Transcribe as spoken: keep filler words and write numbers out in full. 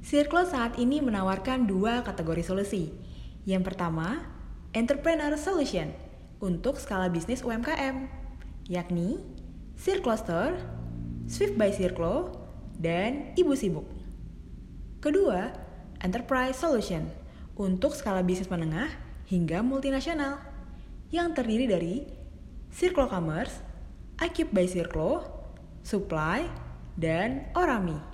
Circlo saat ini menawarkan dua kategori solusi. Yang pertama, Entrepreneur Solution untuk skala bisnis U M K M, yakni Circlo Store, Swift by Circlo, dan Ibu Sibuk. Kedua, Enterprise Solution untuk skala bisnis menengah hingga multinasional, yang terdiri dari Circlo Commerce, iCube by Circlo, Supply, dan Orami.